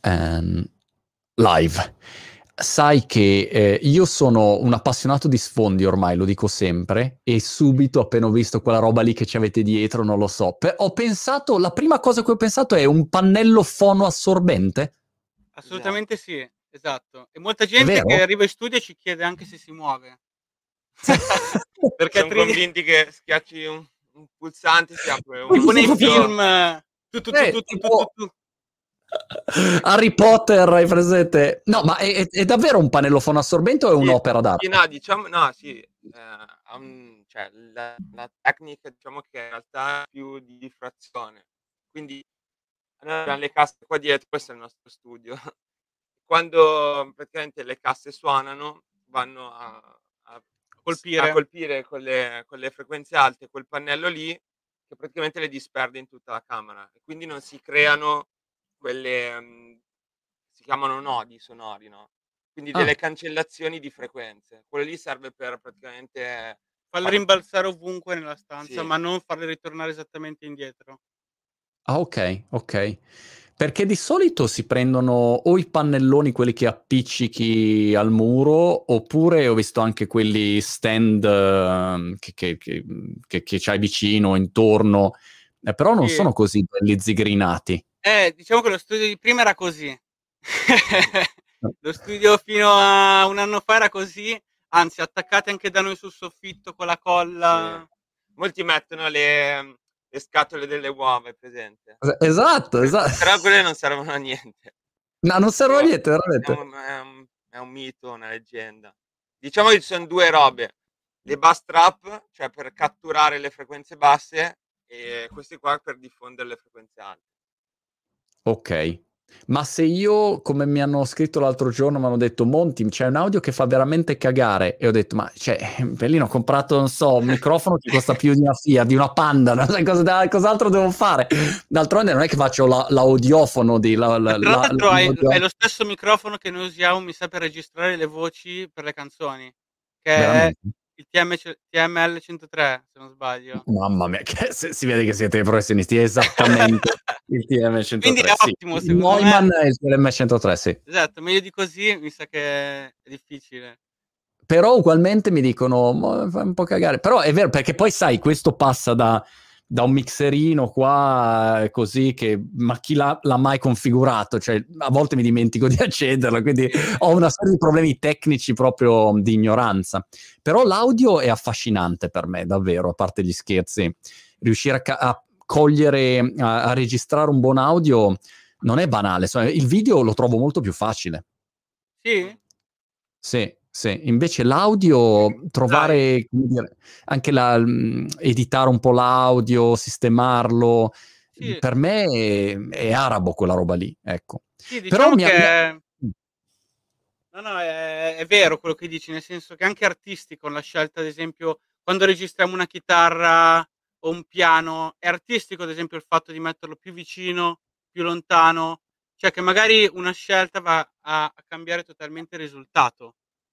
Ehm, live. Sai che io sono un appassionato di sfondi ormai, lo dico sempre, e subito appena ho visto quella roba lì che ci avete dietro, non lo so, ho pensato, la prima cosa che ho pensato è un pannello fonoassorbente? Esatto. Assolutamente sì, esatto. E molta È gente che vero? arriva in studio ci chiede anche se si muove. Perché Sono 3D convinti che schiacci un pulsante, si apre uno tipo nei studio. film, tu tu tu tu tu tu tu Tipo tu. Harry Potter, hai presente? No, ma è davvero un pannello fonoassorbente o è Sì, un'opera sì, d'arte? no, diciamo no, sì, ha cioè la tecnica diciamo che in realtà è più di diffrazione. Quindi noi abbiamo le casse qua dietro, questo è il nostro studio. Quando praticamente le casse suonano, vanno a Colpire. colpire con le frequenze alte quel pannello lì, che praticamente le disperde in tutta la camera e quindi non si creano quelle, si chiamano nodi sonori, no, quindi delle Ah. cancellazioni di frequenze. Quello lì serve per praticamente Farle far rimbalzare ovunque nella stanza, sì. ma non farle ritornare esattamente indietro. Ah, okay, okay. Perché di solito si prendono o i pannelloni, quelli che appiccichi al muro, oppure ho visto anche quelli stand, che c'hai vicino, intorno, però non Sì. sono così belli zigrinati. Diciamo che lo studio di prima era così. Eh. Lo studio fino a 1 anno fa era così, anzi attaccati anche da noi sul soffitto con la Sì. colla. Molti mettono le scatole delle uova, hai presente? Esatto, Però quelle non servono a niente. no, non servono a Quello niente è veramente. un mito, una leggenda. Diciamo che ci son 2 robe: le bass trap, cioè per catturare le frequenze basse, e questi qua per diffondere le frequenze alte. Okay. Ma se io, come mi hanno scritto l'altro giorno, m'hanno detto: "Monti, c'è un audio che fa veramente cagare", e ho detto: "Ma cioè, Bellino, ho comprato, non so, un microfono che costa più di una Fiat, di una Panda, non sai cos'altro devo fare?" D'altronde non è che faccio l'audiofono di E tra l'altro hai l'audio lo stesso microfono che noi usiamo, mi sa, per registrare le voci per le canzoni, che è veramente? il TML 103 se non sbaglio. Mamma mia, che si vede che siete professionisti, è esattamente il Quindi è TM103, sì. ottimo Il secondo me. Neumann è il TM103, sì. Esatto, meglio di così mi sa che è difficile. Però ugualmente mi dicono: "Mò fa un po' cagare". Però è vero, perché poi sai, questo passa da un mixerino qua, così, che ma chi l'ha mai configurato? Cioè, a volte mi dimentico di accenderlo, quindi Sì. ho una serie di problemi tecnici proprio di ignoranza. Però l'audio è affascinante per me, davvero, a parte gli scherzi. Riuscire a cogliere, a registrare un buon audio non è banale, il video lo trovo molto più facile. Sì? Sì, sì. Invece l'audio, Sai trovare, come dire, anche editare un po' l'audio, sistemarlo, Sì. per me è arabo quella roba lì, ecco. Sì, Però diciamo che mh, no, no, è vero quello che dici, nel senso che anche artistico la scelta, ad esempio, quando registriamo una chitarra o un piano, è artistico ad esempio il fatto di metterlo più vicino, più lontano, cioè che magari una scelta va a cambiare totalmente il risultato.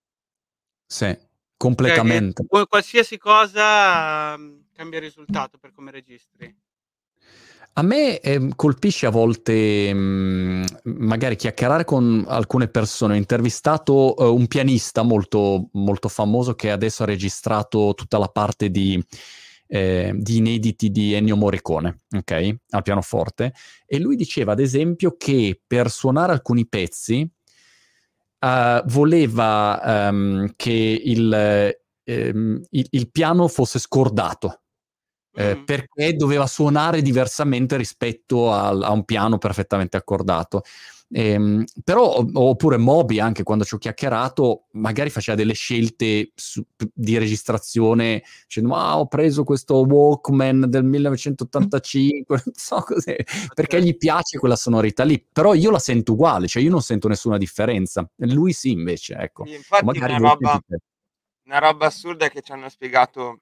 sì, Cioè che completamente. qualsiasi cosa, cambia il risultato per come registri. A me, colpisce a volte, magari chiacchierare con alcune persone. Ho intervistato, un pianista molto molto famoso che adesso ha registrato tutta la parte di inediti di Ennio Morricone, okay, al pianoforte, e lui diceva ad esempio che per suonare alcuni pezzi, voleva, che il piano fosse scordato. Mh. Perché doveva suonare diversamente rispetto a un piano perfettamente accordato. Però oppure Moby, anche quando ci ho chiacchierato, magari faceva delle scelte di registrazione dicendo: "Ah, ho preso questo Walkman del 1985", non so cos'è, perché okay. gli piace quella sonorità lì. Però io la sento uguale, cioè io non sento nessuna differenza. Lui sì invece, ecco. Sì, O infatti magari voi senti te. una roba assurda che ci hanno spiegato,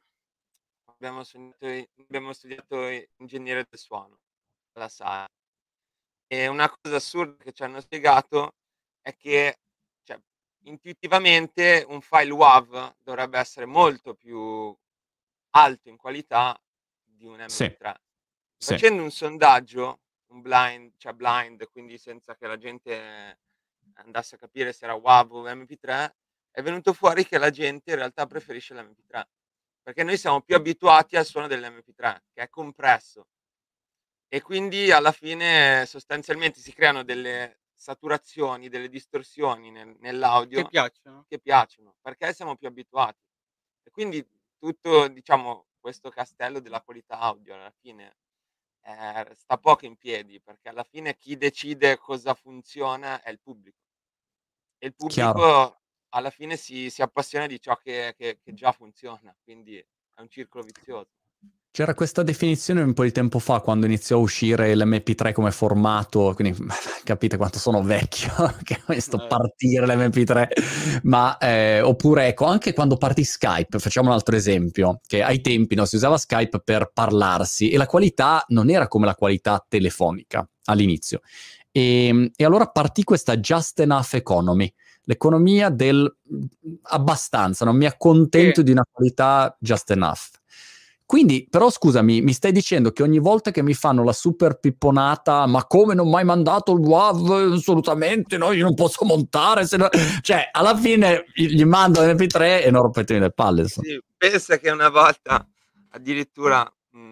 abbiamo studiato ingegneria del suono alla SAE. E una cosa assurda che ci hanno spiegato è che, cioè, intuitivamente un file WAV dovrebbe essere molto più alto in qualità di un Sì, MP3. sì. Facendo un sondaggio blind, quindi senza che la gente andasse a capire se era WAV o MP3, è venuto fuori che la gente in realtà preferisce l'MP3, perché noi siamo più abituati al suono dell'MP3, che è compresso. E quindi alla fine sostanzialmente si creano delle saturazioni, delle distorsioni Che nell'audio piacciono. che piacciono, perché siamo più abituati. E quindi tutto, diciamo, questo castello della qualità audio alla fine, sta poco in piedi, perché alla fine chi decide cosa funziona è il pubblico. E il Chiaro. pubblico alla fine si appassiona di ciò che già funziona, quindi è un circolo vizioso. C'era questa definizione un po' di tempo fa, quando iniziò a uscire l'MP3 come formato, quindi capite quanto sono vecchio, che ho visto partire l'MP3, ma oppure ecco, anche quando partì Skype, facciamo un altro esempio, che ai tempi si usava Skype per parlarsi e la qualità non era come la qualità telefonica all'inizio. E allora partì questa Just Enough Economy, l'economia del abbastanza, non mi accontento di una qualità just enough. Quindi, però scusami, mi stai dicendo che ogni volta che mi fanno la super pipponata, ma come non mi hai mandato il WAV? Assolutamente, no, io non posso montare, se no... Cioè, alla fine gli mando l'MP3 e non rompetemi le palle. Sì, pensa che una volta addirittura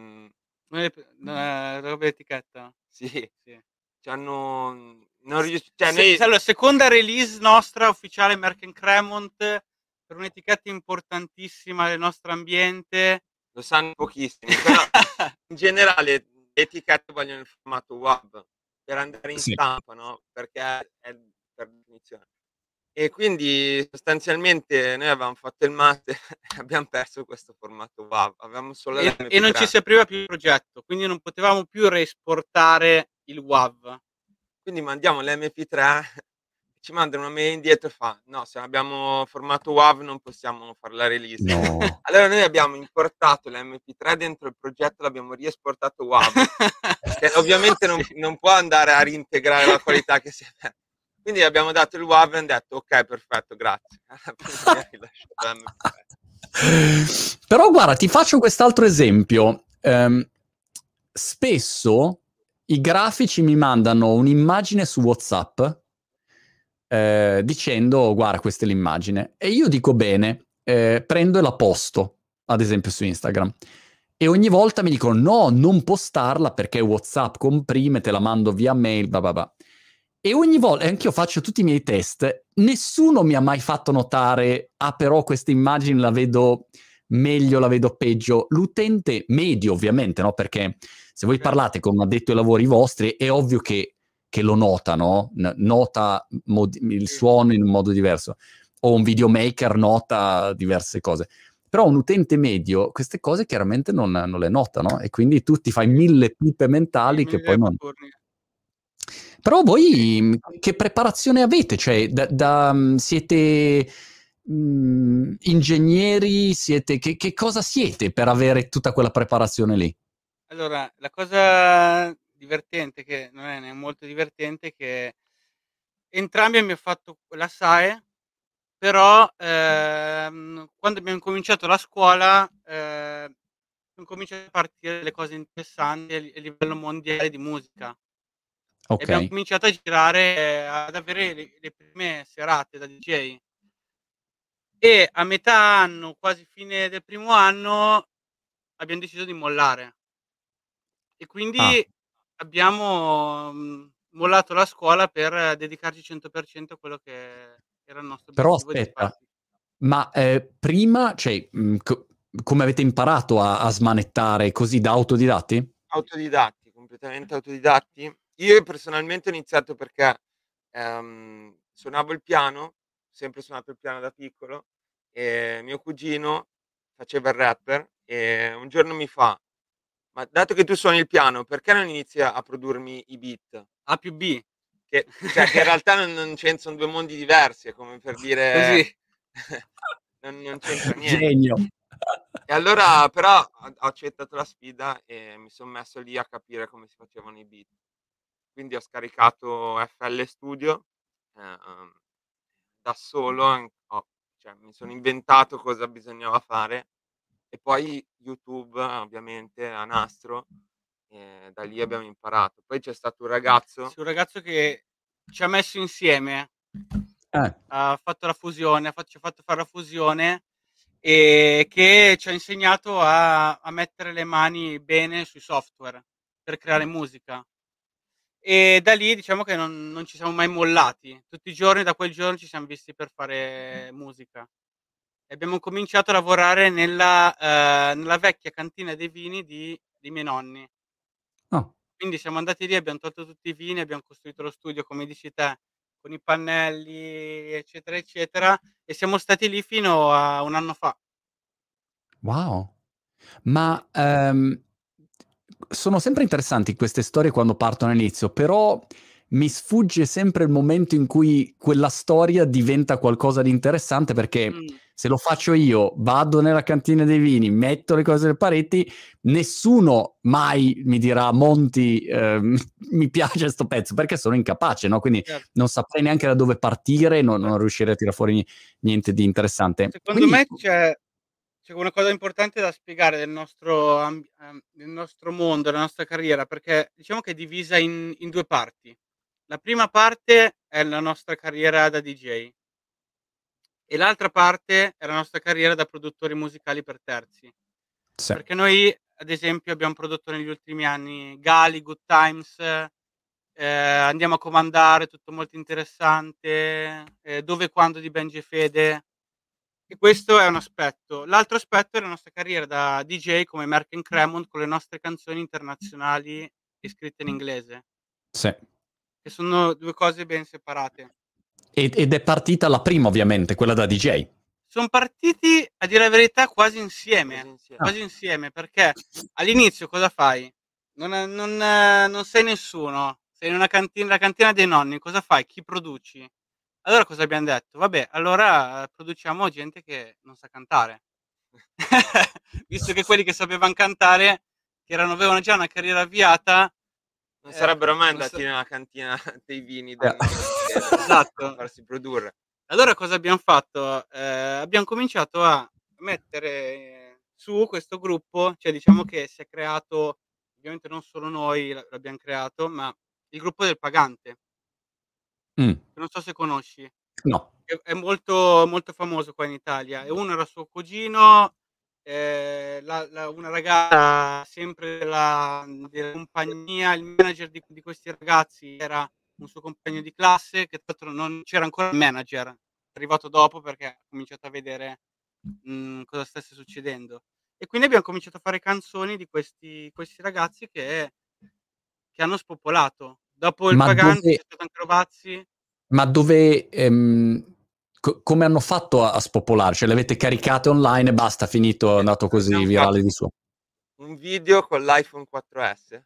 Roba etichetta? sì, Sì. c'hanno non cioè noi Allora, seconda release nostra ufficiale Merck & Cremont per un'etichetta importantissima del nostro ambiente. lo sanno pochissimi, però in generale le etichette vogliono il formato WAV per andare in Sì. stampa, no, perché è per definizione. E quindi sostanzialmente noi avevamo fatto il master e abbiam perso questo formato WAV, avevamo solo E non ci l'MP3. si apriva più il progetto, quindi non potevamo più reesportare il WAV. Quindi mandiamo l'MP3, ci mandano una mail indietro e fa: "No, se abbiamo formato WAV non possiamo far la release". No. Allora noi abbiamo importato l'MP3 dentro il progetto, l'abbiamo riesportato WAV, che ovviamente non può andare a reintegrare la qualità che si è persa. Quindi abbiamo dato il WAV e han detto: "Okay, perfetto, grazie". Alla fine mi ha rilasciato l'MP3. Però guarda, ti faccio quest'altro esempio. Spesso i grafici mi mandano un'immagine su WhatsApp dicendo guarda, questa è l'immagine, e io dico bene, prendo e la posto, ad esempio su Instagram, e ogni volta mi dicono no, non postarla perché WhatsApp comprime, te la mando via mail, blah blah blah. E ogni volta, anch'io faccio tutti i miei test, nessuno mi ha mai fatto notare però questa immagine la vedo meglio, la vedo peggio. L'utente medio, ovviamente, no? Perché se voi parlate con un addetto ai lavori vostri, è ovvio che lo nota, no? Nota il suono in un modo diverso. O un videomaker nota diverse cose. Però un utente medio queste cose chiaramente non le nota, no? E quindi tu ti fai 1000 pippe mentali che poi non... Però voi che preparazione avete? Cioè, siete ingegneri? Siete, che cosa siete per avere tutta quella preparazione lì? Allora, la cosa divertente, che non è neanche molto divertente, è che entrambi abbiamo fatto la SAE, però quando abbiamo cominciato la scuola son cominciate a partire le cose interessanti a livello mondiale di musica. E abbiamo Ok. cominciato a girare, ad avere le prime serate da DJ. E a metà anno, quasi fine del primo anno, abbiam deciso di mollare. E Ah, quindi abbiamo, mollato la scuola per dedicarci 100% a quello che era il nostro però obiettivo di aspetta, farci. ma prima, cioè, come avete imparato a smanettare così da autodidatti? Autodidatti, completamente autodidatti. Io personalmente ho iniziato perché, suonavo il piano, sempre suonato il piano da piccolo, e mio cugino faceva il rapper e un giorno mi fa: "Ma dato che tu suoni il piano, perché non inizi a produrmi i beat?" A più B. Che in realtà non son 2 mondi diversi, è come per dire Così. non c'entra niente. Genio. E allora però ho accettato la sfida e mi son messo lì a capire come si facevano i beat. Quindi ho scaricato FL Studio, ehm, da solo, cioè mi sono inventato cosa bisognava fare, e poi YouTube ovviamente a nastro, e da lì abbiamo imparato. Poi c'è stato un ragazzo Sì, un ragazzo che ci ha messo insieme, ha fatto la fusione, ci ha fatto fare la fusione, e che ci ha insegnato a mettere le mani bene sui software per creare musica. E da lì diciamo che non ci siamo mai mollati. Tutti i giorni, da quel giorno ci siam visti per fare musica. E abbiamo cominciato a lavorare nella vecchia cantina dei vini dei miei nonni. Oh, Quindi siamo andati lì, abbiam tolto tutti i vini, abbiam costruito lo studio, come dici te, con i pannelli, eccetera, eccetera, e siamo stati lì fino a 1 anno fa. wow. Sì. Ma, sono sempre interessanti queste storie quando partono all'inizio, però mi sfugge sempre il momento in cui quella storia diventa qualcosa di interessante, perché Mh. se lo faccio io, vado nella cantina dei vini, metto le cose nelle pareti, nessuno mai mi dirà: "Monti, mi piace 'sto pezzo", perché sono incapace, no, quindi Certo. non saprei neanche da dove partire, non Certo. riuscirei a tirar fuori niente di interessante. Secondo Quindi me c'è una cosa importante da spiegare del nostro mondo, della nostra carriera, perché diciamo che è divisa in 2 parti. La prima parte è la nostra carriera da DJ e l'altra parte è la nostra carriera da produttori musicali per terzi. sì. Perché noi, ad esempio, abbiam prodotto negli ultimi anni Gali, Good Times, Andiamo a comandare, tutto molto interessante, Dove e quando di Benji e Fede. E questo è un aspetto. L'altro aspetto è la nostra carriera da DJ come Merck and Cremont con le nostre canzoni internazionali e scritte in inglese, Sì. che sono 2 cose ben separate. Ed è partita la prima ovviamente, quella da DJ. Son partiti, a dire la verità, quasi insieme. Ah. quasi insieme, perché all'inizio cosa fai? Non sei nessuno, sei in una la cantina dei nonni, cosa fai? Chi produci? Allora cosa abbiam detto? Vabbè, allora produciamo gente che non sa cantare. Visto che quelli che sapevan cantare, che avevano già una carriera avviata, Non sarebbero mai non sa andati nella cantina dei vini Eh. del nonno di Fede a esatto. farsi produrre. Allora cosa abbiam fatto? Abbiam cominciato a mettere su questo gruppo, cioè diciamo che si è creato, ovviamente non solo noi l'abbiam creato, ma il gruppo del Pagante, Mh. che non so se conosci. No. È molto, molto famoso qua in Italia, e uno era suo cugino, la una ragazza sempre della compagnia, il manager di questi ragazzi era un suo compagno di classe, che tra l'altro non c'era ancora il manager, è arrivato dopo perché ha cominciato a vedere, cosa stesse succedendo. E quindi abbiam cominciato a fare canzoni di questi ragazzi che hanno spopolato. Dopo il Ma Pagante dove c'è stato anche Rovazzi. ma dove come hanno fatto a spopolare? Cioè le avete caricate online e basta, finito, è E andato così abbiam virale fatto di suo? un video con l'iPhone 4S,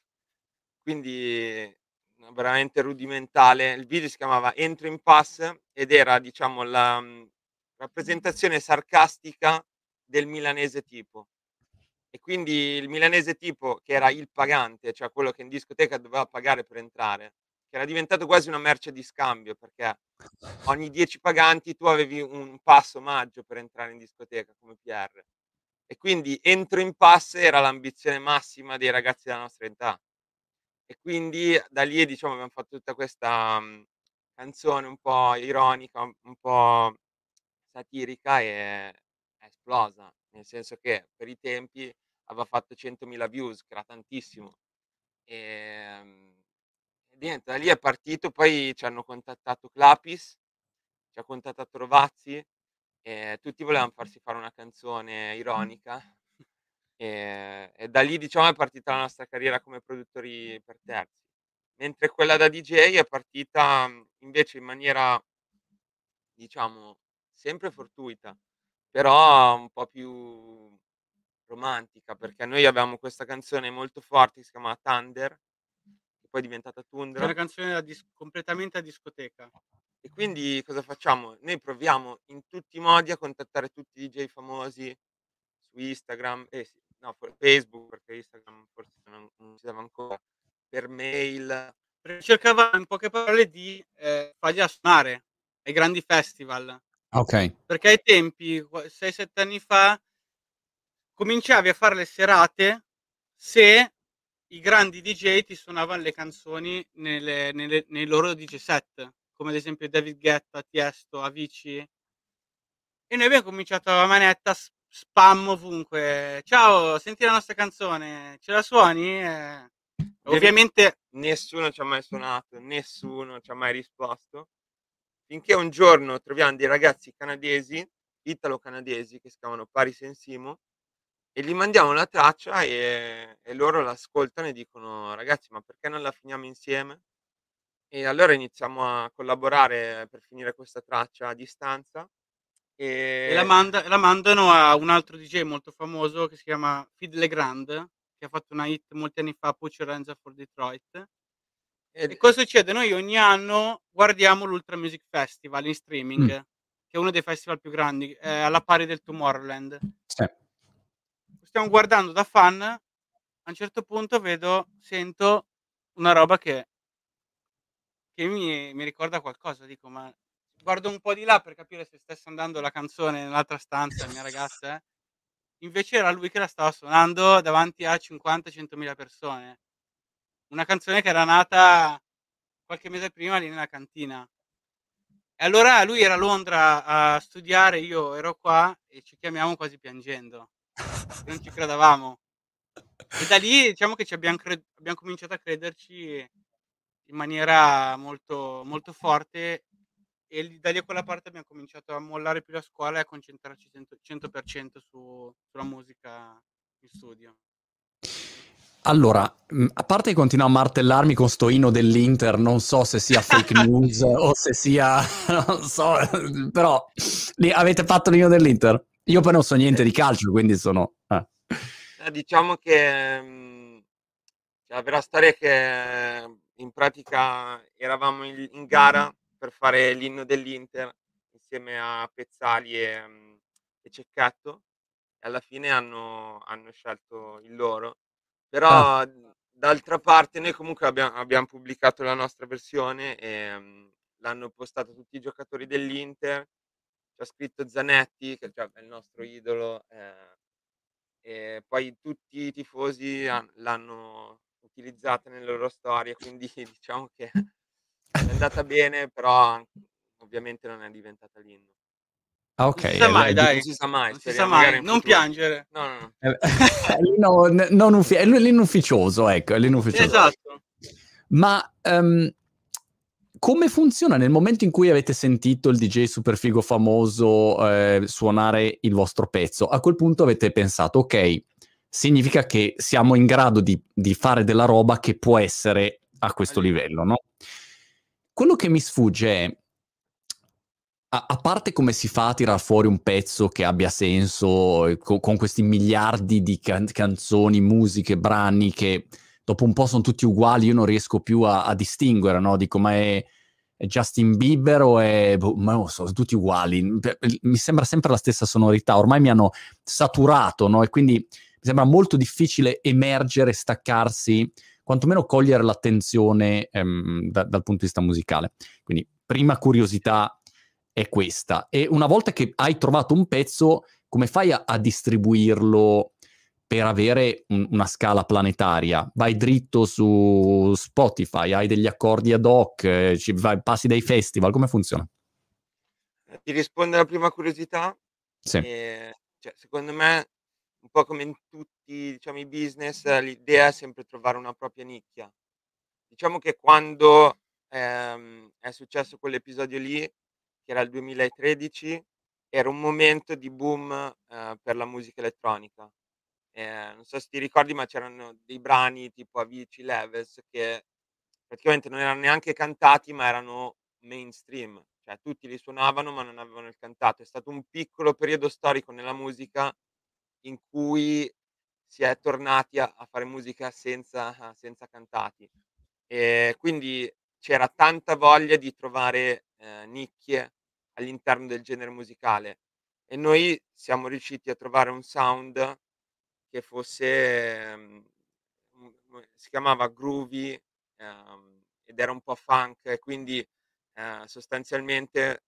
quindi veramente rudimentale. Il video si chiamava "Entro in pass" ed era diciamo rappresentazione sarcastica del milanese tipo. E quindi il milanese tipo, che era il pagante, cioè quello che in discoteca doveva pagare per entrare, che era diventato quasi una merce di scambio, perché ogni 10 paganti tu avevi un pass omaggio per entrare in discoteca come PR. E quindi "Entro in pass" era l'ambizione massima dei ragazzi della nostra età. E quindi da lì, diciamo, abbiam fatto tutta questa, canzone un po' ironica, un po' satirica, è esplosa. Nel senso che per i tempi aveva fatto 100.000 views, che era tantissimo. E niente, da lì è partito, poi ci hanno contattato Clapis, ci ha contattato Rovazzi, tutti volevan farsi fare una canzone ironica, e da lì diciamo è partita la nostra carriera come produttori per terzi. Mentre quella da DJ è partita, invece in maniera, diciamo, sempre fortuita, però un po' più romantica, perché noi avevamo questa canzone molto forte che si chiamava Thunder, che poi è diventata Che è una Tundra. canzone completamente a discoteca. E quindi cosa facciamo? Noi proviamo in tutti i modi a contattare tutti i DJ famosi su Instagram, sì, no, Facebook, perché Instagram forse non si usava ancora, per mail. Perché cercava, in poche parole, di, farli suonare ai grandi festival. Okay. Perché ai tempi, 6, 7 anni fa, cominciavi a fare le serate se i grandi DJ ti suonavano le canzoni nei loro DJ set, come ad esempio David Guetta, Tiesto, Avicii. E noi abbiamo cominciato a manetta, spam ovunque. Ciao, senti la nostra canzone, ce la suoni? Ovviamente nessuno ci ha mai suonato, nessuno ci ha mai risposto, finché un giorno troviamo dei ragazzi canadesi, italo-canadesi, che si chiamano Paris and Simo, e gli mandiamo la traccia e loro l'ascoltano e dicono: "Ragazzi, ma perché non la finiamo insieme?" E allora iniziamo a collaborare per finire questa traccia a distanza. la mandano a un altro DJ molto famoso che si chiama Fid Legrand, che ha fatto una hit molti anni fa, Put Your Hands Up for Detroit. E cosa succede? Noi ogni anno guardiamo l'Ultra Music Festival in streaming, che è uno dei festival più grandi, alla pari del Tomorrowland. Sì. Lo stiamo guardando da fan, a un certo punto sento una roba che mi ricorda qualcosa, dico: "Ma", guardo un po' di là per capire se stesse andando la canzone nell'altra stanza, la mia ragazza, invece era lui che la stava suonando davanti a 50, 100.000 persone. Una canzone che era nata qualche mese prima lì nella cantina. E allora lui era a Londra a studiare, io ero qua e ci chiamiamo quasi piangendo, non ci credevamo. E da lì diciamo che abbiam cominciato a crederci in maniera molto, molto forte, e da lì a quella parte abbiamo cominciato a mollare più la scuola e a concentrarci 100% sulla musica in studio. Allora, a parte che continua a martellarmi con sto inno dell'Inter, non so se sia fake news o se sia, non so, però avete fatto l'inno dell'Inter? Io poi non so niente di calcio, quindi sono... Diciamo che la vera storia è che in pratica eravamo in gara per fare l'inno dell'Inter insieme a Pezzali e Cecchetto, e alla fine hanno scelto il loro. Però d'altra parte noi comunque abbiam pubblicato la nostra versione, l'hanno postata tutti i giocatori dell'Inter, c'ha scritto Zanetti, che cioè è il nostro idolo, e poi tutti i tifosi l'hanno utilizzata nelle loro storie, quindi diciamo che è andata bene, però ovviamente non è diventata l'inno. Ah, Non si ok. sa mai, dai. Non si sa mai, Non si sa speriamo, magari mai. in Non futuro. piangere. No, no, no. È l'inufficioso, ecco, è l'inufficioso. Esatto. Ma come funziona nel momento in cui avete sentito il DJ super figo famoso suonare il vostro pezzo? A quel punto avete pensato, ok, significa che siamo in grado di fare della roba che può essere a questo livello, no? Quello che mi sfugge è, a parte come si fa a tirar fuori un pezzo che abbia senso, con questi miliardi di canzoni, musiche, brani che dopo un po' sono tutti uguali, io non riesco più a distinguere, no? Dico, ma è Justin Bieber o è... ma non so, sono tutti uguali. Mi sembra sempre la stessa sonorità, ormai mi hanno saturato, no? E quindi mi sembra molto difficile emergere, staccarsi, quantomeno cogliere l'attenzione dal punto di vista musicale. Quindi, prima curiosità è questa. E una volta che hai trovato un pezzo, come fai a distribuirlo per avere una scala planetaria? Vai dritto su Spotify, hai degli accordi ad hoc, passi dai festival, come funziona? Ti rispondo alla prima curiosità, Sì. cioè secondo me, un po' come in tutti, diciamo, i business, l'idea è sempre trovare una propria nicchia. Diciamo che quando, è successo quell'episodio lì, che era il 2013, era un momento di boom, per la musica elettronica. Non so se ti ricordi, ma c'erano dei brani tipo Avicii, Levels, che praticamente non erano neanche cantati, ma erano mainstream, cioè tutti li suonavano ma non avevano il cantato. È stato un piccolo periodo storico nella musica in cui si è tornati a fare musica senza cantati. Quindi c'era tanta voglia di trovare, nicchie all'interno del genere musicale, e noi siamo riusciti a trovare un sound che fosse, si chiamava groovy, ed era un po' funk, e quindi, sostanzialmente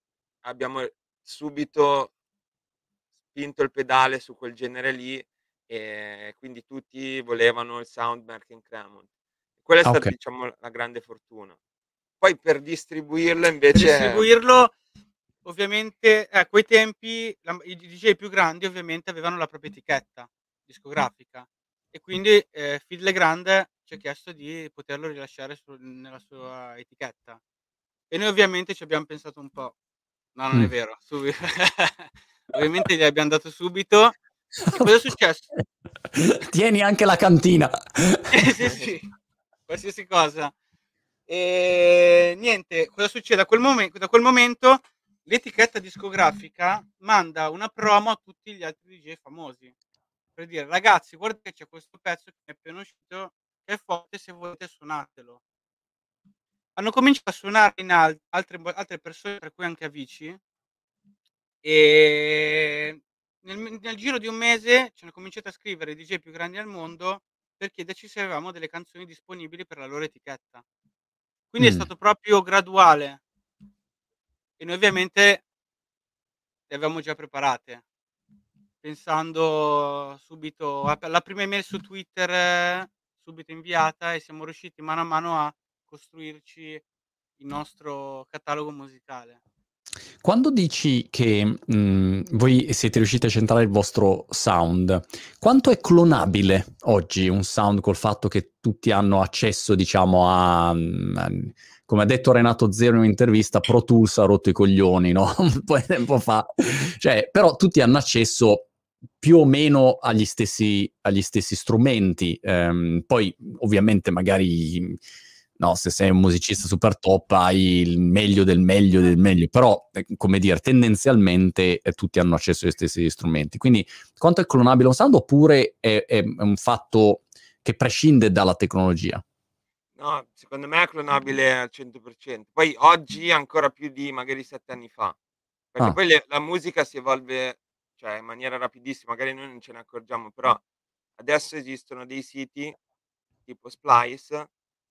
abbiamo subito spinto il pedale su quel genere lì, e quindi tutti volevano il sound Merck& Cremont. Quella è Ah, stata, okay. diciamo, la grande fortuna. Poi per distribuirlo Per invece distribuirlo, ovviamente, a quei tempi i DJ più grandi ovviamente avevano la propria etichetta discografica e quindi, Phil Legrand ci ha chiesto di poterlo rilasciare nella sua etichetta. E noi ovviamente ci abbiam pensato un po'. No, non è Mh. vero, ovviamente gli abbiam dato subito. E cosa è successo? Tieni anche la cantina. Sì, sì, qualsiasi cosa. Niente, cosa succede? Da quel momento l'etichetta discografica manda una promo a tutti gli altri DJ famosi, per dire: "Ragazzi, guardate, c'è questo pezzo che è appena uscito, che è forte, se volete suonatelo." Hanno cominciato a suonare in altre persone, tra cui anche Avicii, nel giro di un mese ci hanno cominciato a scrivere i DJ più grandi al mondo per chiederci se avevamo delle canzoni disponibili per la loro etichetta. Quindi è Mh. stato proprio graduale e noi ovviamente le avevamo già preparate, pensando subito a la prima email su Twitter, subito inviata, e siamo riusciti mano a mano a costruirci il nostro catalogo musicale. Quando dici che, voi siete riusciti a centrare il vostro sound, quanto è clonabile oggi un sound col fatto che tutti hanno accesso, diciamo, a come ha detto Renato Zero in un'intervista, Pro Tools ha rotto i coglioni, no, un po' di tempo fa. Cioè, però tutti hanno accesso più o meno agli stessi strumenti. Poi ovviamente magari, no, se sei un musicista super top hai il meglio del meglio del meglio, però, come dire, tendenzialmente, tutti hanno accesso agli stessi strumenti. Quindi quanto è clonabile un sound, oppure è un fatto che prescinde dalla tecnologia? no, secondo me è clonabile al 100%. Poi oggi ancora più di magari 7 anni fa, perché Ah, poi la musica si evolve, cioè, in maniera rapidissima, magari noi non ce ne accorgiamo, però adesso esistono dei siti tipo Splice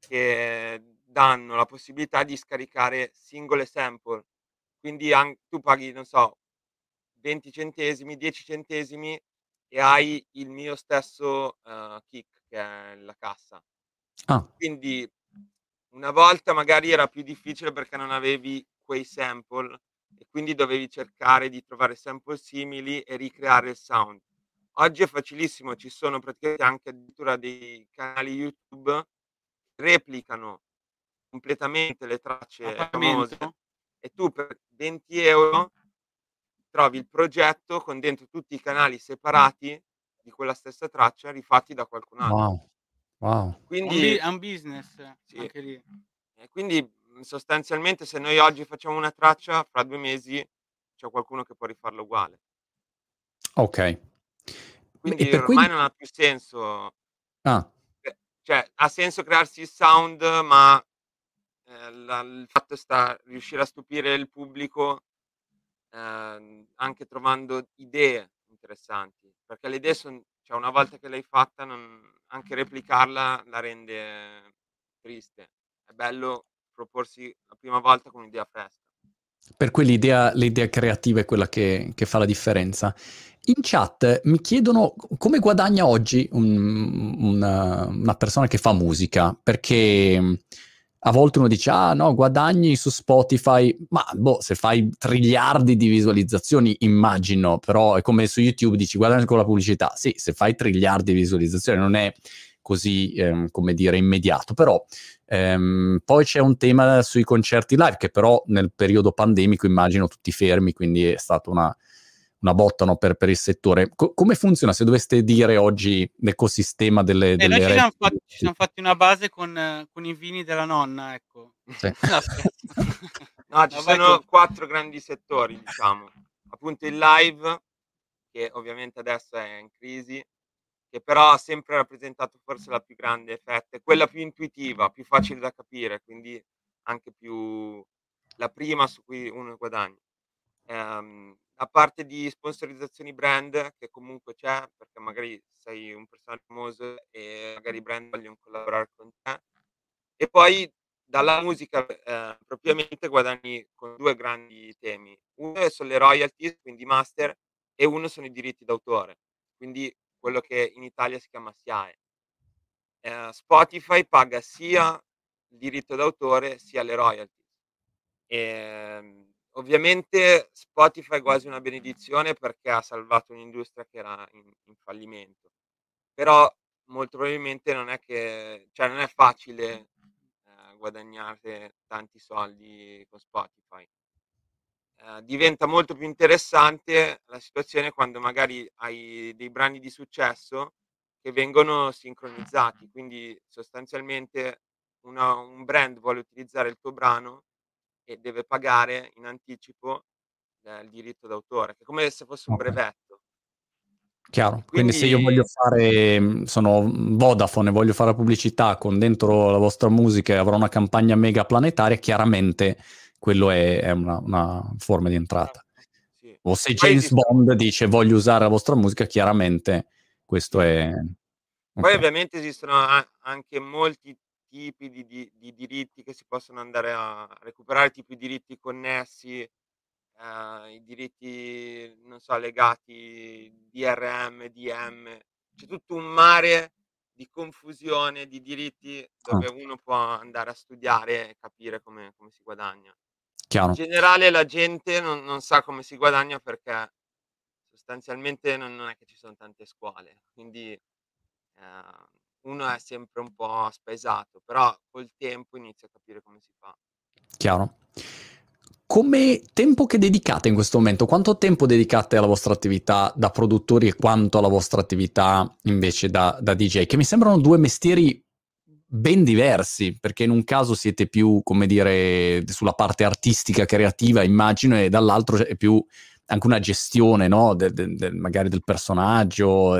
che danno la possibilità di scaricare singole sample. Quindi tu paghi, non so, 20 centesimi, 10 centesimi e hai il mio stesso, kick, che è la cassa. ah, Quindi una volta magari era più difficile perché non avevi quei sample e quindi dovevi cercare di trovare sample simili e ricreare il sound. Oggi è facilissimo, ci sono praticamente anche addirittura dei canali YouTube che replicano completamente le A tracce famose pagamento? e tu per 20 € trovi il progetto con dentro tutti i canali separati di quella stessa traccia rifatti da qualcun altro. wow, wow. Quindi È un business sì, anche lì. e quindi, sostanzialmente se noi oggi facciamo una traccia, fra 2 mesi c'è qualcuno che può rifarla uguale. Okay. E Quindi per quelli ormai non ha più senso, ah. cioè ha senso crearsi il sound, ma, il fatto sta riuscire a stupire il pubblico, anche trovando idee interessanti, perché le idee cioè una volta che l'hai fatta non anche replicarla la rende triste. È bello proporsi la prima volta con un'idea fresca. Per cui l'idea creativa è quella che fa la differenza. In chat mi chiedono come guadagna oggi una persona che fa musica, perché a volte uno dice, ah no, guadagni su Spotify, ma boh, se fai triliardi di visualizzazioni, immagino, però è come su YouTube, dici guadagni con la pubblicità. Sì, se fai triliardi di visualizzazioni non è così, come dire, immediato, però poi c'è un tema sui concerti live, che però nel periodo pandemico immagino tutti fermi, quindi è stata una botta, no, per il settore. Come funziona, se doveste dire oggi l'ecosistema Noi delle reti? ci siam fatti una base con i vini della nonna, ecco. Sì. No, scherzo. No, ci No, vai sono tu. 4 grandi settori, diciamo. Appunto il live, che ovviamente adesso è in crisi, che però ha sempre rappresentato forse la più grande fetta, è quella più intuitiva, più facile da capire, quindi anche più la prima su cui uno guadagna. La parte di sponsorizzazioni brand che comunque c'è, perché magari sei un personaggio famoso e magari i brand vogliono collaborare con te. E poi dalla musica, propriamente guadagni con 2 grandi temi. Uno sono le royalties, quindi master, e uno sono i diritti d'autore. Quindi quello che in Italia si chiama SIAE. Spotify paga sia il diritto d'autore sia le royalties. Ovviamente Spotify è quasi una benedizione perché ha salvato un'industria che era in fallimento, però molto probabilmente non è facile guadagnare tanti soldi con Spotify. Diventa molto più interessante la situazione quando magari hai dei brani di successo che vengono sincronizzati, quindi sostanzialmente un brand vuole utilizzare il tuo brano e deve pagare in anticipo il diritto d'autore, che è come se fosse un Okay. brevetto. Chiaro. Quindi se io voglio Quindi fare sono Vodafone e voglio fare pubblicità con dentro la vostra musica e avrò una campagna mega planetaria, chiaramente quello è una forma di entrata. esatto, sì. O se Poi James esistono Bond dice: "Voglio usare la vostra musica", chiaramente questo sì. è Poi okay. ovviamente esistono anche molti tipi di diritti che si possono andare a recuperare, tipo i diritti connessi, i diritti, non so, legati DRM, DM. C'è tutto un mare di confusione di diritti Ah, dove uno può andare a studiare e capire come si guadagna. In chiaro. generale la gente non sa come si guadagna perché sostanzialmente non è che ci son tante scuole, quindi uno è sempre un po' spaesato, però col tempo inizia a capire come si fa. Chiaro. Come tempo che dedicate in questo momento? Quanto tempo dedicate alla vostra attività da produttori e quanto alla vostra attività invece da DJ? Che mi sembrano 2 mestieri ben diversi, perché in un caso siete più, come dire, sulla parte artistica, creativa immagino, e dall'altro è più anche una gestione, no, magari del personaggio,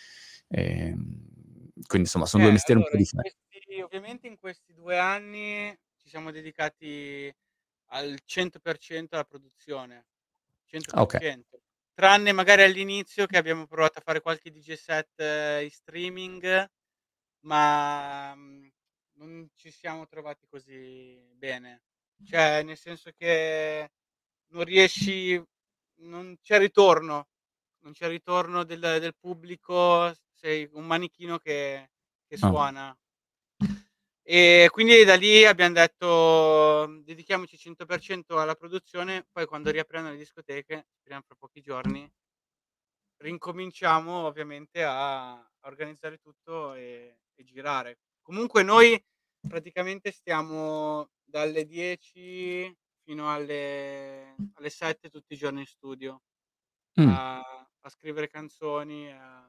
quindi insomma son 2 mestieri un po' Allora differen ovviamente in questi 2 anni ci siamo dedicati al 100% alla produzione, okay, 100%. Tranne magari all'inizio che abbiamo provato a fare qualche DJ set in streaming, ma, non ci siamo trovati così bene. Cioè, nel senso che non riesci non c'è ritorno, non c'è ritorno del pubblico, sei un manichino che ah, suona. E quindi da lì abbiam detto: "Dedichiamoci 100% alla produzione, poi quando riapriranno le discoteche, speriamo fra pochi giorni, rincominciamo ovviamente a organizzare tutto e girare." Comunque noi praticamente stiamo dalle 10 fino alle 7 tutti i giorni in studio mh. a scrivere canzoni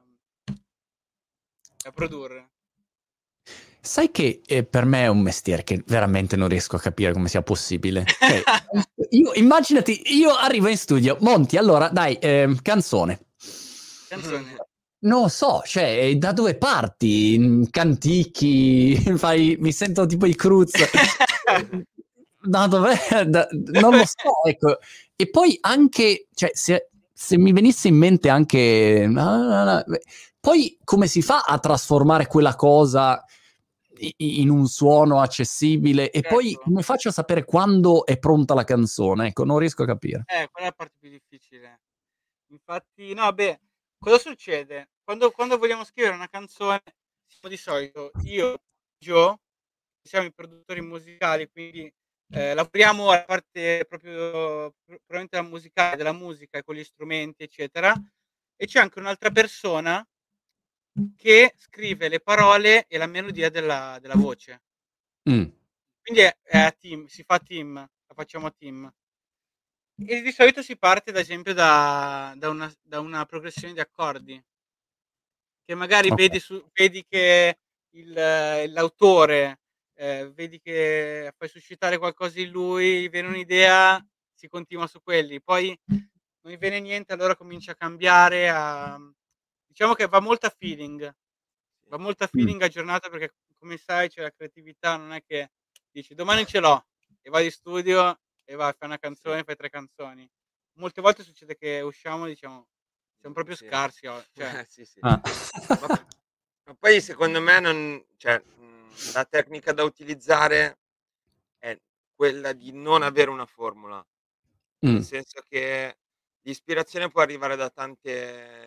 e a produrre. Sai che, per me è un mestiere che veramente non riesco a capire come sia possibile. Cioè, io immaginati, io arrivo in studio: "Monti, allora dai, canzone". Canzone. Non lo so, cioè da dove parti? Canticchi, fai mi sento tipo i Cruz. Da dov'è? Non lo so, ecco. E poi anche, cioè se mi venisse in mente anche poi come si fa a trasformare quella cosa in un suono accessibile? E poi Certo. come faccio a sapere quando è pronta la canzone? Ecco, non riesco a capire. Quella è la parte più difficile. Infatti no, beh, cosa succede? Quando vogliamo scrivere una canzone, siamo di solito io, Gio, siamo i produttori musicali, quindi, lavoriamo alla parte proprio propriamente la musicale, della musica con gli strumenti, eccetera, e c'è anche un'altra persona che scrive le parole e la melodia della voce. Mh, Quindi è a team, si fa a team, la facciamo a team. E di solito si parte ad esempio da una progressione di accordi, che magari okay. vedi che l'autore, vedi che fai suscitare qualcosa in lui, gli viene un'idea, si continua su quelli. Poi non gli viene niente, allora comincia a cambiare, diciamo che va molto a Mh. feeling a giornata perché come sai c'è la creatività, non è che dici: "Domani ce l'ho" e vai in studio e vai, fai una Sì, canzone, fai 3 canzoni. Molte volte succede che usciamo e diciamo: "Siam proprio sì. scarsi cioè." Sì, sì. Ah. Ma ma poi secondo me la tecnica da utilizzare è quella di non avere una formula, nel Mh, senso che l'ispirazione può arrivare da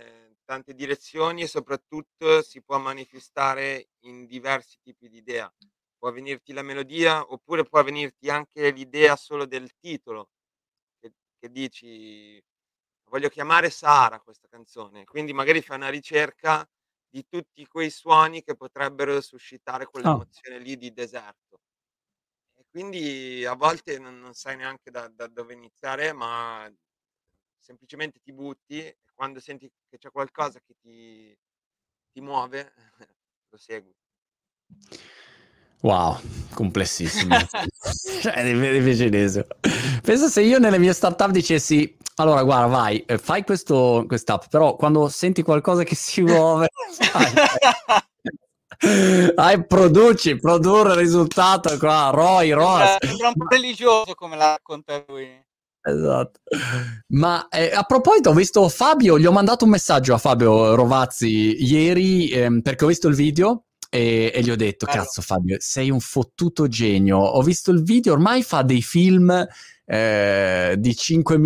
tante direzioni e soprattutto si può manifestare in diversi tipi di idea. Può venirti la melodia, oppure può venirti anche l'idea solo del titolo, che dici: "Voglio chiamare Sara questa canzone", quindi magari fai una ricerca di tutti quei suoni che potrebbero suscitare Ah. quell'emozione lì di deserto. E quindi a volte non sai neanche da dove iniziare, ma semplicemente ti butti e quando senti che c'è qualcosa che ti muove, lo segui. Wow, complessissimo. Cioè, difficilissimo. Pensa se io nelle mie startup dicessi: "Allora guarda vai, fai quest'app, però quando senti qualcosa che si muove produrre il risultato qua, ROI, ROAS". Sembra un po' religioso come la racconta lui. Esatto. Ma a proposito, ho visto Fabio, gli ho mandato un messaggio a Fabio Rovazzi ieri perché ho visto il video e gli ho detto: Bello. cazzo Fabio, sei un fottuto genio. Ho visto il video, ormai fa dei film di 5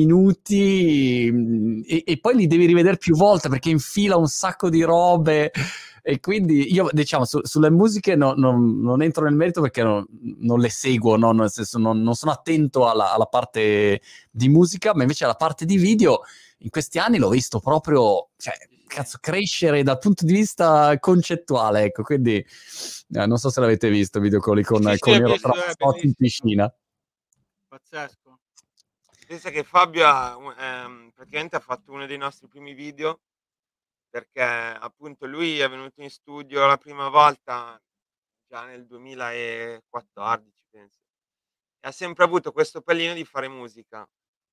minuti e poi li devi rivedere più volte perché infila un sacco di robe. E quindi io, diciamo, sulle musiche non entro nel merito perché non le seguo, no? Nel senso non sono attento alla parte di musica, ma invece alla parte di video in questi anni l'ho visto proprio, cioè, cazzo, crescere dal punto di vista concettuale, ecco, quindi non so se l'avete visto, video con Sì, i visto, Rotaract in piscina. Pazzesco. Pensa che Fabio ha praticamente ha fatto uno dei nostri primi video, perché appunto lui è venuto in studio la prima volta già nel 2014 penso, e ha sempre avuto questo pallino di fare musica,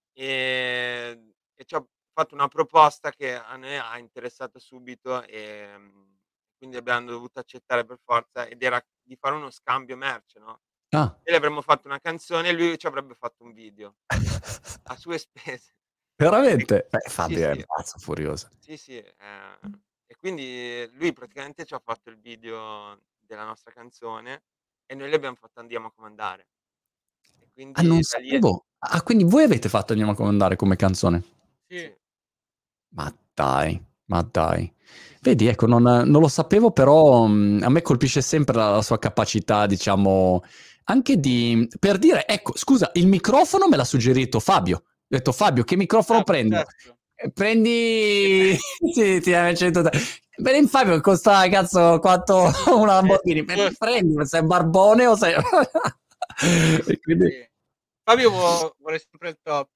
e ci ha fatto una proposta che a noi ha interessato subito, quindi abbiamo dovuto accettare per forza, ed era di fare uno scambio merce, no, Ah. noi le avremmo fatto una canzone e lui ci avrebbe fatto un video a sue spese. Veramente? Sì, Fabio è sì. pazzo, furioso. Sì, sì, e quindi lui praticamente ci ha fatto il video della nostra canzone e noi le abbiam fatto "Andiamo a comandare". E Ah, non quindi da lì è sapevo. Ah, quindi voi avete fatto Andiamo a comandare come canzone? Sì. sì. Ma dai, ma dai. Vedi, ecco, non lo sapevo, però a me colpisce sempre la sua capacità, diciamo, anche per dire, ecco, scusa, il microfono me l'ha suggerito Fabio. Ho detto, Fabio, che microfono prendo? Pazzesco. Prendi... sì, ti dai 100... Bene, Fabio costa, cazzo, quanto una Lamborghini. Prendi, sei un barbone o sei... E quindi... Sì. Fabio vuole sempre il top.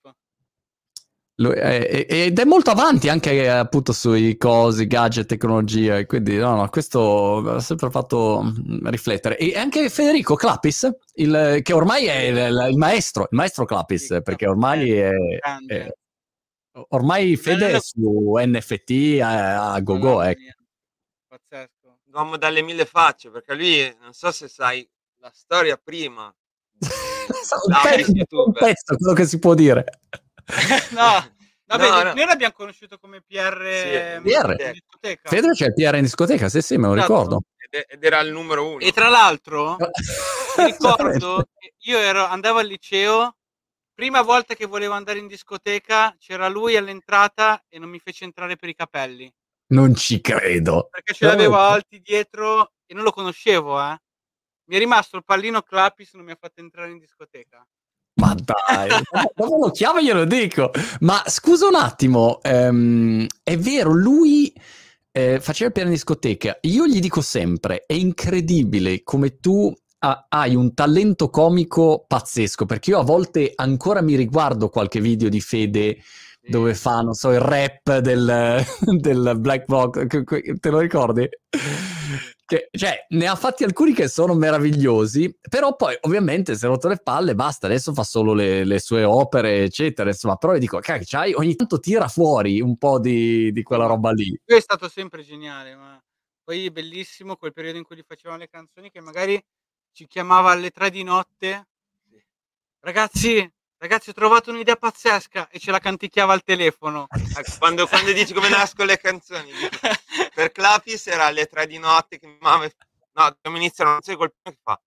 Ed è molto avanti anche appunto sui cosi, gadget, tecnologia, e quindi no, questo mi ha sempre fatto riflettere. E anche Federico Clapis, che ormai è il maestro Clapis, Sì, perché ormai grande. ormai Fede è su NFT a go-go, Mamma ecco. mia, pazzesco. L'uomo dalle 1000 facce, perché lui non so se sai la storia prima di Clapis Un youtuber. pezzo, quello che si può dire. No, vabbè, No, no. noi l'abbiamo conosciuto come Sì, PR in PR. in discoteca. discoteca. Fede c'è il PR in discoteca, sì, me lo Esatto. ricordo. Ed era il numero 1. E tra l'altro mi Esattamente. ricordo che io andavo al liceo, prima volta che volevo andare in discoteca c'era lui all'entrata e non mi fece entrare per i capelli. Non ci credo. Perché ce l'avevo alti dietro e non lo conoscevo, Mi è rimasto il pallino Clapis, non mi ha fatto entrare in discoteca. Ma dai, dopo lo chiamo e glielo dico. Ma scusa un attimo, è vero, lui faceva il piano in discoteca. Io gli dico sempre, è incredibile come tu hai un talento comico pazzesco, perché io a volte ancora mi riguardo qualche video di Fede dove fa, non so, il rap del Black Bloc, te lo ricordi? Che, cioè, ne ha fatti alcuni che sono meravigliosi, però poi ovviamente si è rotto le palle, basta, adesso fa solo le sue opere, eccetera, insomma, però io dico, cacchio, ogni tanto tira fuori un po' di quella roba lì. Lui è stato sempre geniale, ma poi è bellissimo quel periodo in cui gli facevamo le canzoni che magari ci chiamava alle 3 di notte: Ragazzi, ho trovato un'idea pazzesca", e ce la canticchiava al telefono. Quando dici come nascono le canzoni, dico, per Clapis era alle 3 di notte che mamma, no, dobbiamo iniziare, non sai col che fa.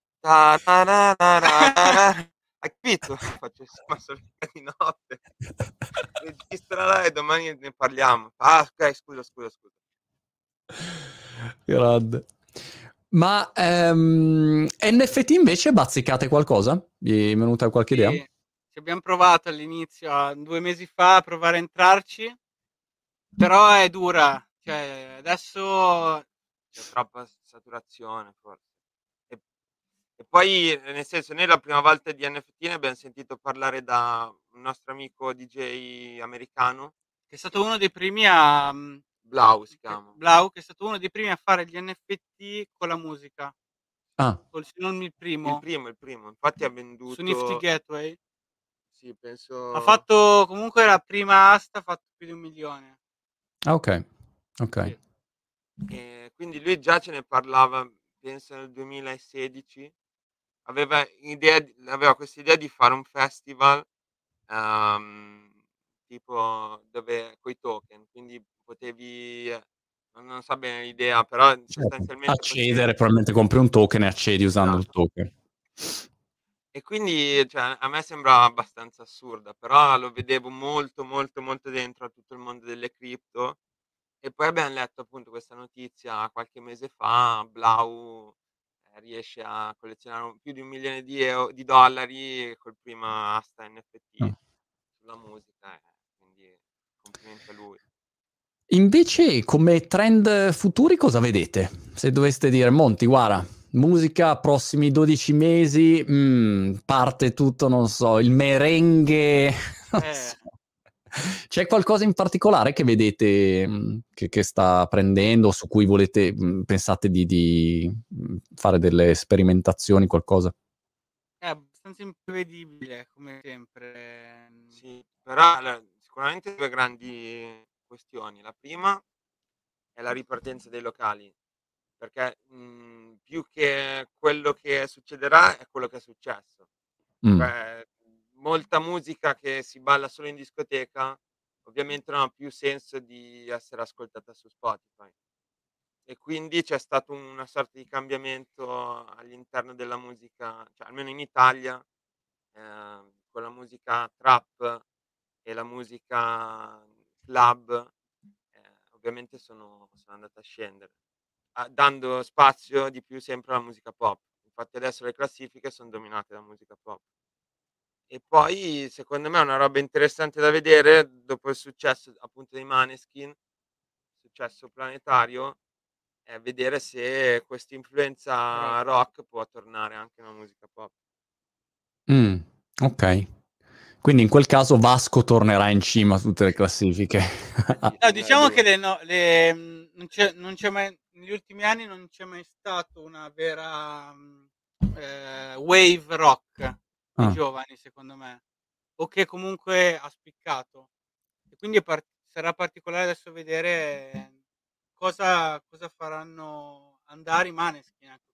Hai capito? Faccio sì, ma sono le 3 di notte. Registrala e domani ne parliamo. Ah, ok, scusa. Grande. Ma NFT invece bazzicate qualcosa? Vi è venuta qualche idea? Sì, ci abbiam provato all'inizio, 2 mesi fa, a provare a entrarci, però è dura. Cioè, adesso C'è troppa saturazione forse. E e poi, nel senso, noi la prima volta di NFT ne abbiam sentito parlare da un nostro amico DJ americano, che è stato uno dei primi a Blau si che chiama. Blau, che è stato uno dei primi a fare gli NFT con la musica, Ah, se non il Il primo, primo, il primo. Infatti ha su Nifty venduto, Gateway. sì, Ha penso, fatto comunque la prima asta, ha fatto più di 1 milione. ok, ok. Sì. quindi lui già ce ne parlava, penso nel 2016. Aveva questa idea di fare un festival, ehm, tipo dove coi token, quindi potevi, non so bene l'idea, però Certo. sostanzialmente Accedere, potevi, probabilmente compri un token e accedi usando il esatto. token. E quindi, cioè, a me sembrava abbastanza assurda, però lo vedevo molto, molto, molto dentro a tutto il mondo delle cripto. E poi abbiam letto appunto questa notizia qualche mese fa, Blau, riesce a collezionare più di 1.000.000 di dollari col prima asta NFT Ah. sulla musica, quindi complimenti a lui. Invece, come trend futuri, cosa vedete? Se doveste dire, Monti, guarda, musica, prossimi 12 mesi, parte tutto, non so, il merengue, non Eh. so. C'è qualcosa in particolare che vedete che sta prendendo, su cui volete, pensate di fare delle sperimentazioni, qualcosa? È abbastanza imprevedibile come sempre. Sì, però sicuramente 2 grandi questioni. La prima è la ripartenza dei locali, perché, più che quello che succederà è quello che è successo. Mh. Cioè, molta musica che si balla solo in discoteca, ovviamente non ha più senso di essere ascoltata su Spotify. E quindi c'è stato una sorta di cambiamento all'interno della musica, cioè almeno in Italia, con la musica trap e la musica club, ovviamente sono andate a scendere, dando spazio di più sempre alla musica pop. Infatti adesso le classifiche son dominate da musica pop. E poi secondo me una roba interessante da vedere, dopo il successo appunto dei Maneskin, successo planetario, è vedere se quest'influenza Rock. rock può tornare anche nella musica pop. Mh, okay. Quindi in quel caso Vasco tornerà in cima a tutte le classifiche. No, Non ne ho diciamo che dubbi. non c'è mai, negli ultimi anni non c'è mai stato una vera, wave rock dei Ah, giovani, secondo me, o che comunque ha spiccato. E quindi sarà particolare adesso vedere cosa faranno andare i Maneskin, ecco,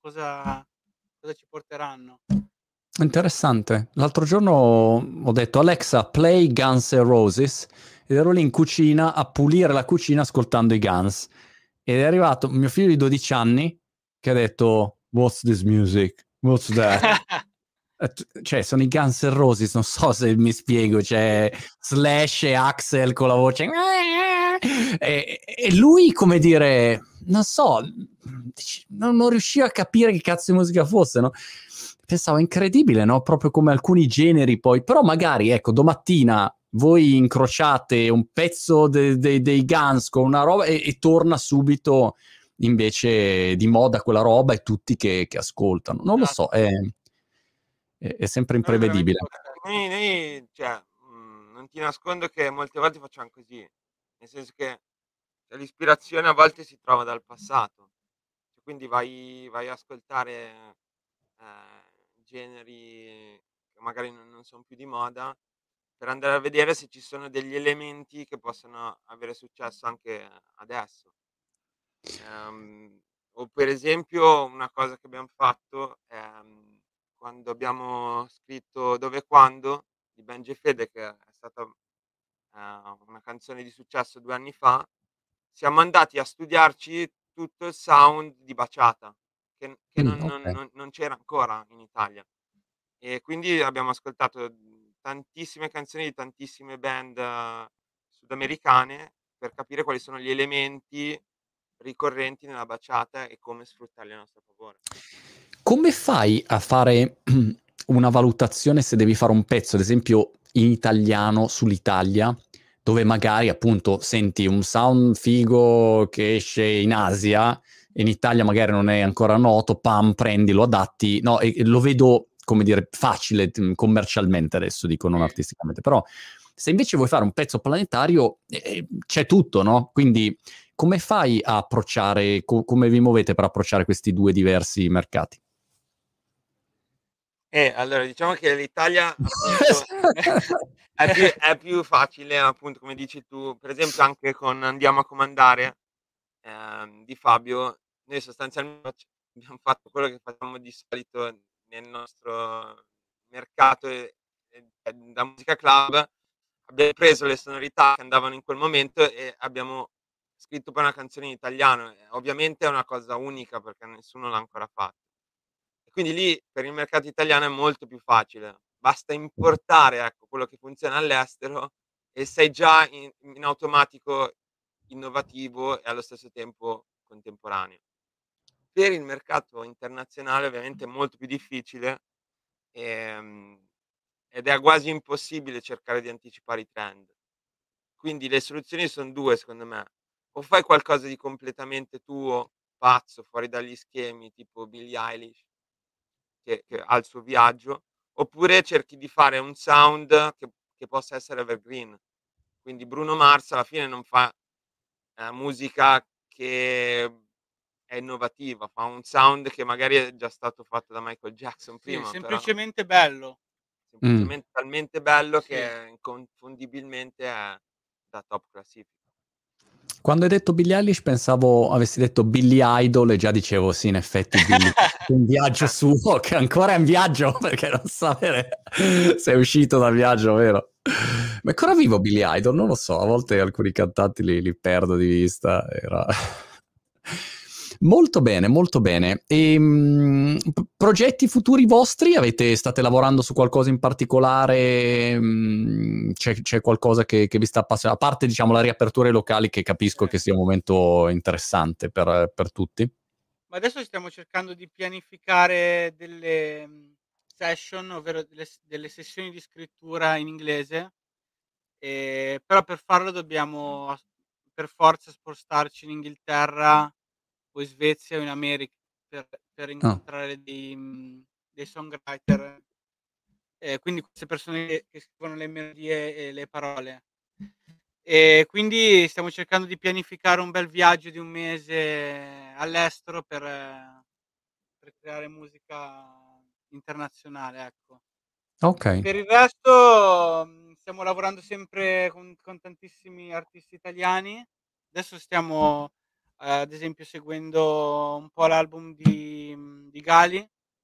cosa ci porteranno. interessante. L'altro giorno ho detto: "Alexa, play Guns N' Roses", ed ero lì in cucina a pulire la cucina ascoltando i Guns. Ed è arrivato mio figlio di 12 anni che ha detto: "What's this music? What's that?" Cioè, sono i Guns N' Roses, non so se mi spiego, c'è Slash e Axel con la voce e lui, come dire, non so, non riusciva a capire che cazzo di musica fosse, no? Pensavo incredibile, no? Proprio come alcuni generi poi, però magari, ecco, domattina voi incrociate un pezzo dei Guns con una roba e torna subito invece di moda quella roba e tutti che ascoltano. Non lo so, Esatto. è sempre Noi veramente imprevedibile. noi cioè, non ti nascondo che molte volte facciam così, nel senso che, cioè, l'ispirazione a volte si trova dal passato. Quindi vai a ascoltare, generi che magari non son più di moda, per andare a vedere se ci sono degli elementi che possono avere successo anche adesso. O per esempio una cosa che abbiam fatto, quando abbiamo scritto "Dove e quando" di Benji e Fede, che è stata, una canzone di successo 2 anni fa, siamo andati a studiarci tutto il sound di Baciata, che Okay. non c'era ancora in Italia. E quindi abbiamo ascoltato, tantissime canzoni di tantissime band, sudamericane, per capire quali sono gli elementi ricorrenti nella baciata e come sfruttarli a nostro favore. Come fai a fare una valutazione se devi fare un pezzo, ad esempio in italiano sull'Italia, dove magari appunto senti un sound figo che esce in Asia, in Italia magari non è ancora noto, pam, prendi, lo adatti, no, e lo vedo, come dire, facile commercialmente adesso, dico non Sì. artisticamente, però se invece vuoi fare un pezzo planetario c'è tutto, no? Quindi come fai a approcciare, come vi muovete per approcciare questi due diversi mercati? Allora diciamo che l'Italia appunto è più facile, appunto, come dici tu. Per esempio anche con Andiamo a comandare, di Fabio, noi sostanzialmente abbiamo fatto quello che facciamo di solito nel nostro mercato, da musica club. Abbiamo preso le sonorità che andavano in quel momento e abbiamo scritto poi una canzone in italiano. Ovviamente è una cosa unica perché nessuno l'ha ancora fatto. E quindi lì per il mercato italiano è molto più facile. Basta importare, ecco, quello che funziona all'estero e sei già in automatico innovativo e allo stesso tempo contemporaneo. Per il mercato internazionale ovviamente è molto più difficile, ehm, ed è quasi impossibile cercare di anticipare i trend. Quindi le soluzioni son 2 secondo me: o fai qualcosa di completamente tuo, pazzo, fuori dagli schemi, tipo Billie Eilish che ha il suo viaggio, oppure cerchi di fare un sound che possa essere evergreen. Quindi Bruno Mars alla fine non fa, musica che è innovativa, fa un sound che magari è già stato fatto da Michael Jackson Sì, prima, però semplicemente bello. Mh. semplicemente talmente bello Sì. che inconfondibilmente è da top classifica. Quando hai detto Billie Eilish pensavo avessi detto Billy Idol e già dicevo sì, in effetti Billy un viaggio suo, che ancora è in viaggio perché non sapere se è uscito dal viaggio, vero? Ma è ancora vivo Billy Idol? Non lo so, a volte alcuni cantanti li perdo di vista. Era... Molto bene, molto bene. Progetti futuri vostri? State lavorando su qualcosa in particolare? C'è qualcosa che vi sta appassionando? A parte, diciamo, la riapertura ai locali, che capisco che sia un momento interessante per tutti. Ma adesso stiamo cercando di pianificare delle, session, ovvero delle sessioni di scrittura in inglese, però per farlo dobbiamo per forza spostarci in Inghilterra o in Svezia o in America per Ah. incontrare dei songwriter, quindi queste persone che scrivono le melodie e le parole. E quindi stiamo cercando di pianificare un bel viaggio di 1 mese all'estero per creare musica internazionale, ecco. Ok. Per il resto, stiamo lavorando sempre con tantissimi artisti italiani. Adesso stiamo, ad esempio seguendo un po' l'album di Gali,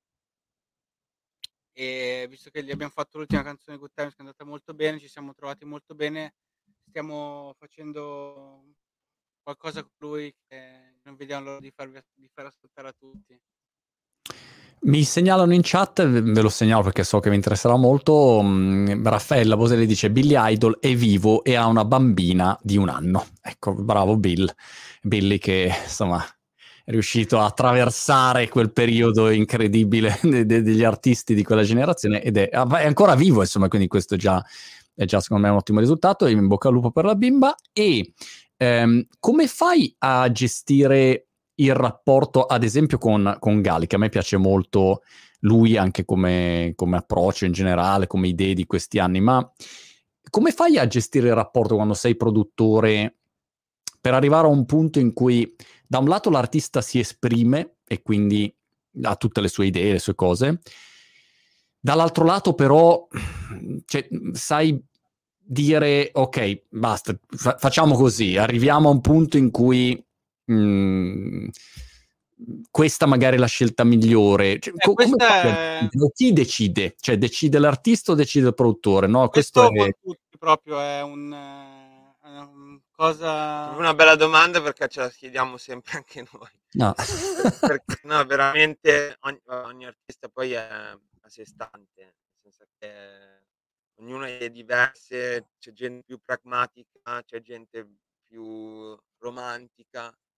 visto che gli abbiam fatto l'ultima canzone Good Times che è andata molto bene, ci siamo trovati molto bene, stiamo facendo qualcosa con lui che non vediamo l'ora di far ascoltare a tutti. Mi segnalano in chat, ve lo segnalo perché so che vi interesserà molto. Raffaella Boselli dice: Billy Idol è vivo e ha una bambina di 1 anno. Ecco, bravo Billy che insomma è riuscito a attraversare quel periodo incredibile degli artisti di quella generazione ed è ancora vivo, insomma, quindi questo è già secondo me un ottimo risultato. In bocca al lupo per la bimba. E come fai a gestire il rapporto, ad esempio, con Gali, che a me piace molto lui anche come approccio in generale, come idee di questi anni, ma come fai a gestire il rapporto quando sei produttore per arrivare a un punto in cui da un lato l'artista si esprime e quindi ha tutte le sue idee, le sue cose, dall'altro lato però cioè, sai dire ok, basta, facciamo così, arriviamo a un punto in cui mh, questa magari è la scelta migliore. Cioè, come Questa fai a è decidere? Chi decide? Cioè decide l'artista o decide il produttore? No, questo questo è... con tutti proprio è È proprio cosa una bella domanda perché ce la chiediamo sempre anche noi. No. Perché no, veramente ogni artista poi è a sé stante, nel senso che ognuno ha idee diverse, c'è gente più pragmatica, c'è gente più romantica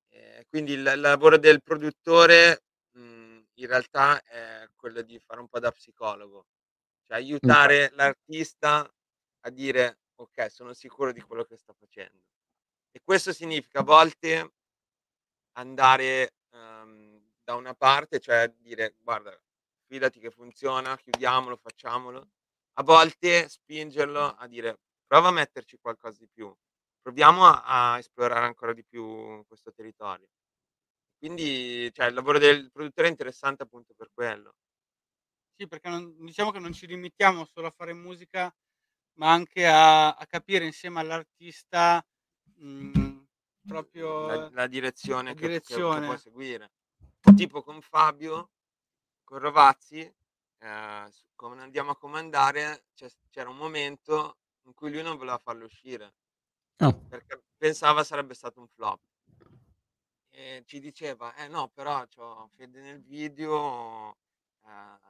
Quindi il lavoro del produttore, in realtà è quello di fare un po' da psicologo, cioè aiutare l'artista a dire: "Okay, sono sicuro di quello che sto facendo". E questo significa a volte andare, da una parte, cioè dire: "Guarda, fidati che funziona, chiudiamolo, facciamolo". A volte spingerlo a dire: "Prova a metterci qualcosa di più, proviamo a esplorare ancora di più questo territorio". Quindi, cioè il lavoro del produttore è interessante appunto per quello. Sì, perché non diciamo che non ci limitiamo solo a fare musica, ma anche a capire insieme all'artista, mhmm, La proprio la direzione la che può direzione. seguire. Tipo con Fabio, con Rovazzi, s come Andiamo a comandare, c'era un momento in cui lui non voleva farlo uscire, Ah. perché pensava sarebbe stato un flop. E ci diceva: "Eh no, però c'ho fede nel video, ehm,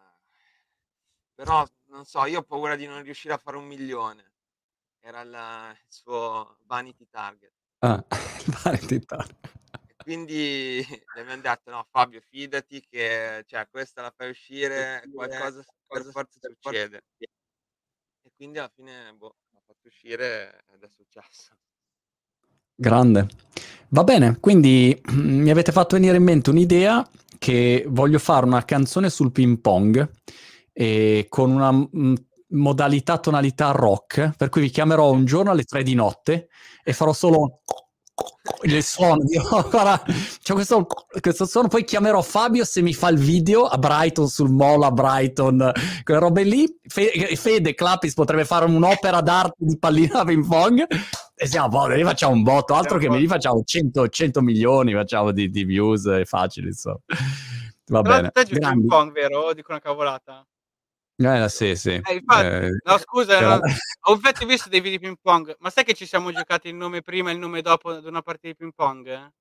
però non so, io ho paura di non riuscire a fare 1.000.000". Era il suo vanity target. Ah, E validità. e quindi gli abbiam detto: "No Fabio, fidati che cioè questa la fai uscire, qualcosa per forza succede". E quindi alla fine, boh, l'ha fatto uscire ed è successo. Grande. Va bene, quindi mi avete fatto venire in mente un'idea che voglio fare una canzone sul ping pong con una modalità tonalità rock, per cui vi chiamerò un giorno alle 3 di notte e farò solo il suono. Guarda, c'è questo suono, poi chiamerò Fabio se mi fa il video a Brighton, sul mall a Brighton, quelle robe lì. Fede Clapis potrebbe fare un'opera d'arte di pallina ping pong e siamo lì facciamo un botto, altro che lì facciamo 100 milioni facciamo di views, è facile insomma. Va Però bene, te giochi a ping grandi. pong, vero? O dico una cavolata? Sì, sì. Infatti. No scusa, C'era... ho infatti visto dei video di ping pong, ma sai che ci siamo giocati il nome prima e il nome dopo ad una partita di ping pong?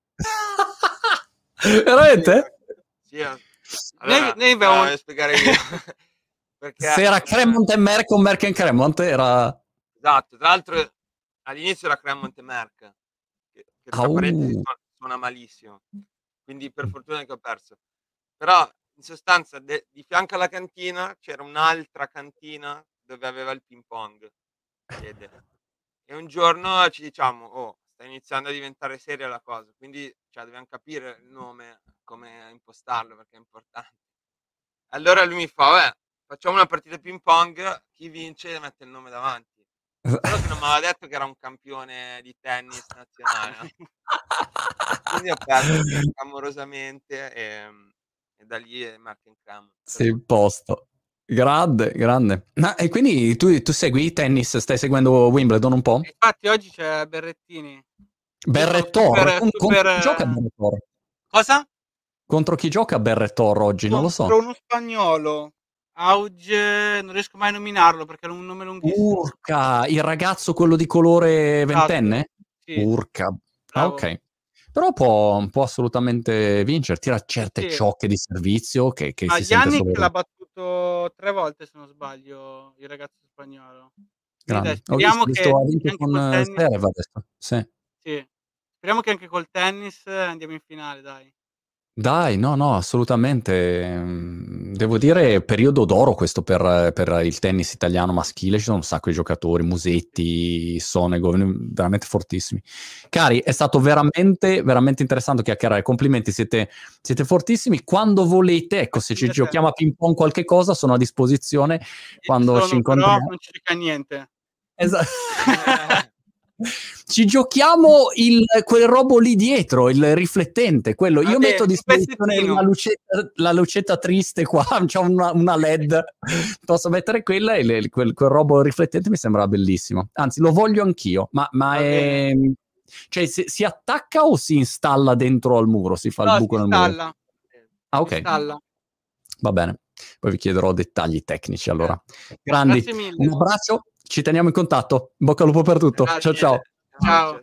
Veramente? Sì, Noi allora noi te la avevamo voglio spiegare io. Se Perché, era Cremont e Merck o Merck and Cremont era... esatto, tra l'altro all'inizio era Cremont e Merck, che tra parentesi Au. suona malissimo, quindi per fortuna che ho perso. Però in sostanza di fianco alla cantina c'era un'altra cantina dove aveva il ping pong, Fede. E un giorno ci diciamo: "Oh, sta iniziando a diventare seria la cosa", quindi cioè dobbiam capire il nome, come impostarlo perché è importante. Allora lui mi fa: "Vabbè, facciamo una partita ping pong, chi vince mette il nome davanti". Solo che non m'aveva detto che era un campione di tennis nazionale, no, e quindi ho perso clamorosamente, e da lì è Martin Cram per Sei in fortuna. posto. Grande, grande. Ma e quindi tu segui tennis? Stai seguendo Wimbledon un E po'? infatti oggi c'è Berrettini. Io sono Berrettor? Contro chi gioca super Berrettor? cosa? Contro chi gioca Berrettor oggi? Non lo so. Contro uno spagnolo, Auge, non riesco mai a nominarlo perché ha un nome lunghissimo. Urca, il ragazzo quello di colore Esatto. ventenne? Sì, Urca. Ah, bravo. ok. Però può assolutamente vincere, tira certe Sì. ciocche di servizio che Ma si sente Yannick solo l'ha lui. battuto 3 volte se non sbaglio, il ragazzo spagnolo. Quindi dai, Grande. Ho visto, speriamo che ha vinto anche con col tennis Zverev adesso. Sì. sì, speriamo che anche col tennis andiamo in finale dai. Dai, no, no, assolutamente. Devo dire, periodo d'oro questo per il tennis italiano maschile. Ci sono un sacco di giocatori, Musetti, Sonego, veramente fortissimi. Cari, è stato veramente, veramente interessante chiacchierare. Complimenti, siete fortissimi. Quando volete, ecco, se Grazie ci mille a te. giochiamo a ping pong qualche cosa, sono a disposizione Io ci quando ci sono, però incontriamo. non ci dica niente. Ci giochiamo quel robo lì dietro, il riflettente, quello. Va Io metto a bene, un disposizione pezzettino. la lucetta triste qua, c'ho una LED, posso mettere quella e quel robo riflettente mi sembra bellissimo. Anzi, lo voglio anch'io, ma Va bene. è... Cioè, si attacca o si installa dentro al muro? Si fa il No, buco nel muro? Ah, si ok. installa. Va bene. Poi vi chiederò dettagli tecnici allora. Certo. Grandi, Grazie un mille. abbraccio, ci teniamo in contatto. In bocca al lupo per tutto. Ciao Grazie. ciao. Ciao, Ciao.